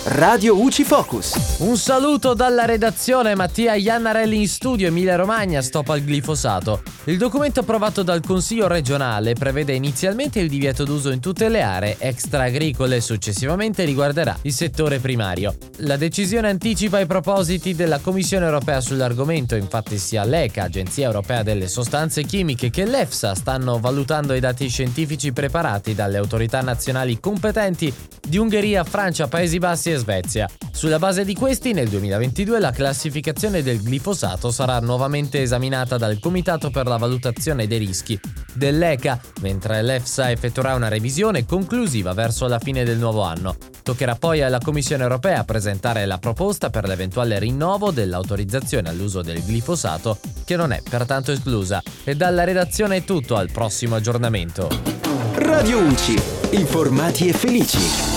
Radio UCI Focus. Un saluto dalla redazione, Mattia Iannarelli in studio, Emilia Romagna, stop al glifosato. Il documento approvato dal Consiglio regionale prevede inizialmente il divieto d'uso in tutte le aree extra-agricole e successivamente riguarderà il settore primario. La decisione anticipa i propositi della Commissione europea sull'argomento, infatti sia l'ECA, Agenzia Europea delle Sostanze Chimiche, che l'EFSA stanno valutando i dati scientifici preparati dalle autorità nazionali competenti di Ungheria, Francia, Paesi Bassi e Svezia. Sulla base di questi, nel 2022 la classificazione del glifosato sarà nuovamente esaminata dal Comitato per la valutazione dei rischi dell'ECA, mentre l'EFSA effettuerà una revisione conclusiva verso la fine del nuovo anno. Toccherà poi alla Commissione europea presentare la proposta per l'eventuale rinnovo dell'autorizzazione all'uso del glifosato, che non è pertanto esclusa. E dalla redazione è tutto, al prossimo aggiornamento. Radio UCI, informati e felici.